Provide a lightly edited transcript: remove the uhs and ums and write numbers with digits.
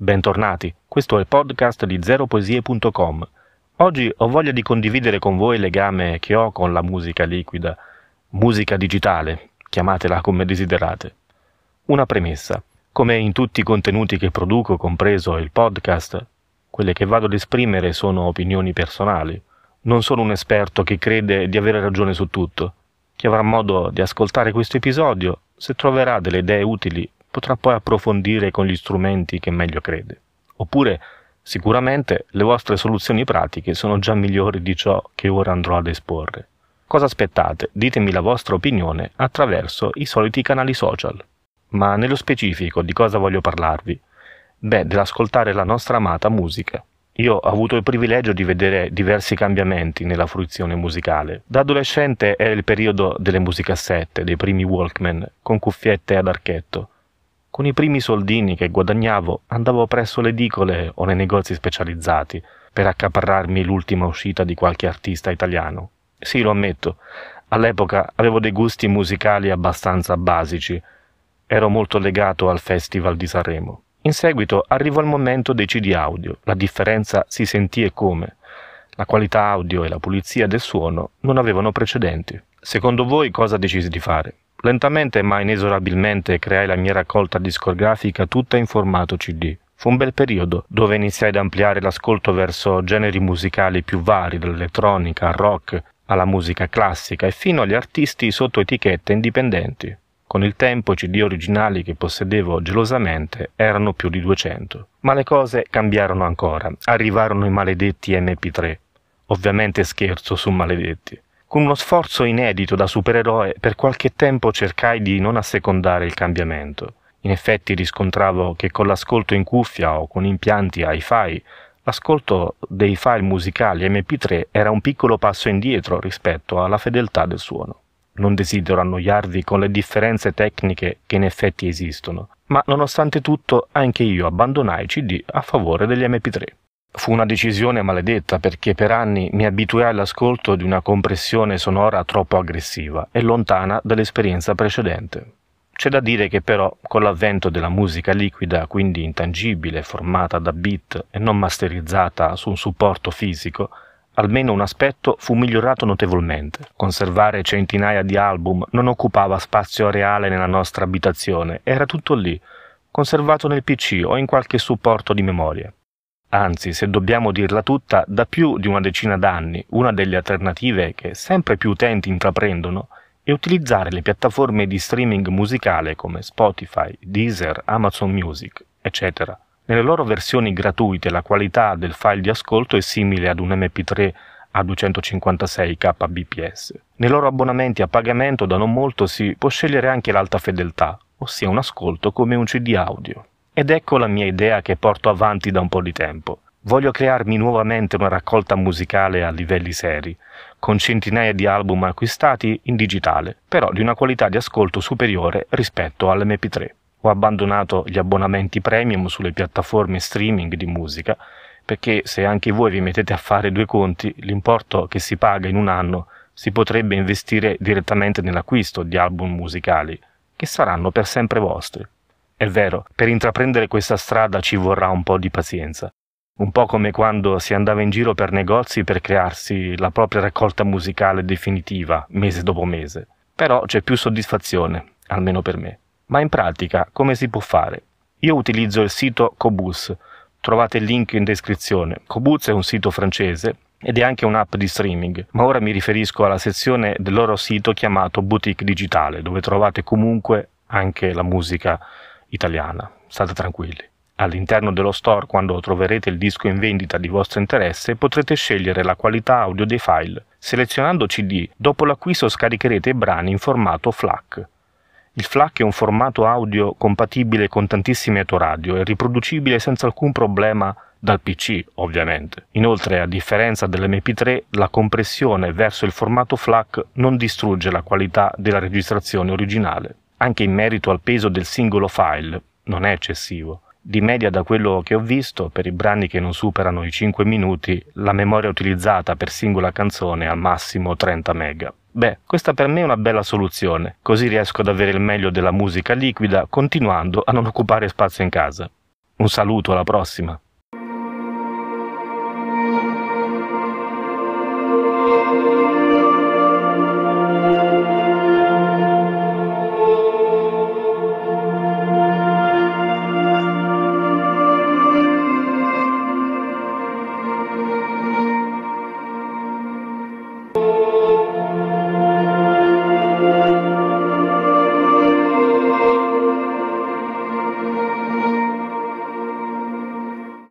Bentornati, questo è il podcast di zeropoesie.com. Oggi ho voglia di condividere con voi il legame che ho con la musica liquida, musica digitale, chiamatela come desiderate. Una premessa: come in tutti i contenuti che produco, compreso il podcast, quelle che vado ad esprimere sono opinioni personali. Non sono un esperto che crede di avere ragione su tutto. Chi avrà modo di ascoltare questo episodio, se troverà delle idee utili, potrà poi approfondire con gli strumenti che meglio crede. Oppure, sicuramente, le vostre soluzioni pratiche sono già migliori di ciò che ora andrò ad esporre. Cosa aspettate? Ditemi la vostra opinione attraverso i soliti canali social. Ma nello specifico di cosa voglio parlarvi? Dell'ascoltare la nostra amata musica. Io ho avuto il privilegio di vedere diversi cambiamenti nella fruizione musicale. Da adolescente era il periodo delle musicassette, dei primi Walkman, con cuffiette ad archetto. Con i primi soldini che guadagnavo andavo presso le edicole o nei negozi specializzati per accaparrarmi l'ultima uscita di qualche artista italiano. Sì, lo ammetto, all'epoca avevo dei gusti musicali abbastanza basici. Ero molto legato al Festival di Sanremo. In seguito arrivò il momento dei CD audio. La differenza si sentì e come. La qualità audio e la pulizia del suono non avevano precedenti. Secondo voi cosa decisi di fare? Lentamente ma inesorabilmente creai la mia raccolta discografica tutta in formato CD. Fu un bel periodo dove iniziai ad ampliare l'ascolto verso generi musicali più vari, dall'elettronica al rock alla musica classica e fino agli artisti sotto etichette indipendenti. Con il tempo i CD originali che possedevo gelosamente erano più di 200. Ma le cose cambiarono ancora. Arrivarono i maledetti MP3. Ovviamente scherzo su maledetti. Con uno sforzo inedito da supereroe, per qualche tempo cercai di non assecondare il cambiamento. In effetti riscontravo che con l'ascolto in cuffia o con impianti hi-fi, l'ascolto dei file musicali MP3 era un piccolo passo indietro rispetto alla fedeltà del suono. Non desidero annoiarvi con le differenze tecniche che in effetti esistono, ma nonostante tutto anche io abbandonai i CD a favore degli MP3. Fu una decisione maledetta perché per anni mi abituai all'ascolto di una compressione sonora troppo aggressiva e lontana dall'esperienza precedente. C'è da dire che però con l'avvento della musica liquida, quindi intangibile, formata da beat e non masterizzata su un supporto fisico, almeno un aspetto fu migliorato notevolmente. Conservare centinaia di album non occupava spazio reale nella nostra abitazione, era tutto lì, conservato nel PC o in qualche supporto di memoria. Anzi, se dobbiamo dirla tutta, da più di una decina d'anni, una delle alternative che sempre più utenti intraprendono è utilizzare le piattaforme di streaming musicale come Spotify, Deezer, Amazon Music, eccetera. Nelle loro versioni gratuite la qualità del file di ascolto è simile ad un MP3 a 256 kbps. Nei loro abbonamenti a pagamento da non molto si può scegliere anche l'alta fedeltà, ossia un ascolto come un CD audio. Ed ecco la mia idea che porto avanti da un po' di tempo. Voglio crearmi nuovamente una raccolta musicale a livelli seri, con centinaia di album acquistati in digitale, però di una qualità di ascolto superiore rispetto all'MP3. Ho abbandonato gli abbonamenti premium sulle piattaforme streaming di musica, perché se anche voi vi mettete a fare due conti, l'importo che si paga in un anno si potrebbe investire direttamente nell'acquisto di album musicali, che saranno per sempre vostri. È vero, per intraprendere questa strada ci vorrà un po' di pazienza. Un po' come quando si andava in giro per negozi per crearsi la propria raccolta musicale definitiva, mese dopo mese. Però c'è più soddisfazione, almeno per me. Ma in pratica come si può fare? Io utilizzo il sito Qobuz, trovate il link in descrizione. Qobuz è un sito francese ed è anche un'app di streaming, ma ora mi riferisco alla sezione del loro sito chiamato Boutique Digitale, dove trovate comunque anche la musica italiana. State tranquilli. All'interno dello store, quando troverete il disco in vendita di vostro interesse, potrete scegliere la qualità audio dei file. Selezionando CD, dopo l'acquisto scaricherete i brani in formato FLAC. Il FLAC è un formato audio compatibile con tantissimi autoradio e riproducibile senza alcun problema dal PC, ovviamente. Inoltre, a differenza dell'MP3, la compressione verso il formato FLAC non distrugge la qualità della registrazione originale. Anche in merito al peso del singolo file, non è eccessivo. Di media, da quello che ho visto, per i brani che non superano i 5 minuti, la memoria utilizzata per singola canzone è al massimo 30 MB. Questa per me è una bella soluzione, così riesco ad avere il meglio della musica liquida continuando a non occupare spazio in casa. Un saluto, alla prossima.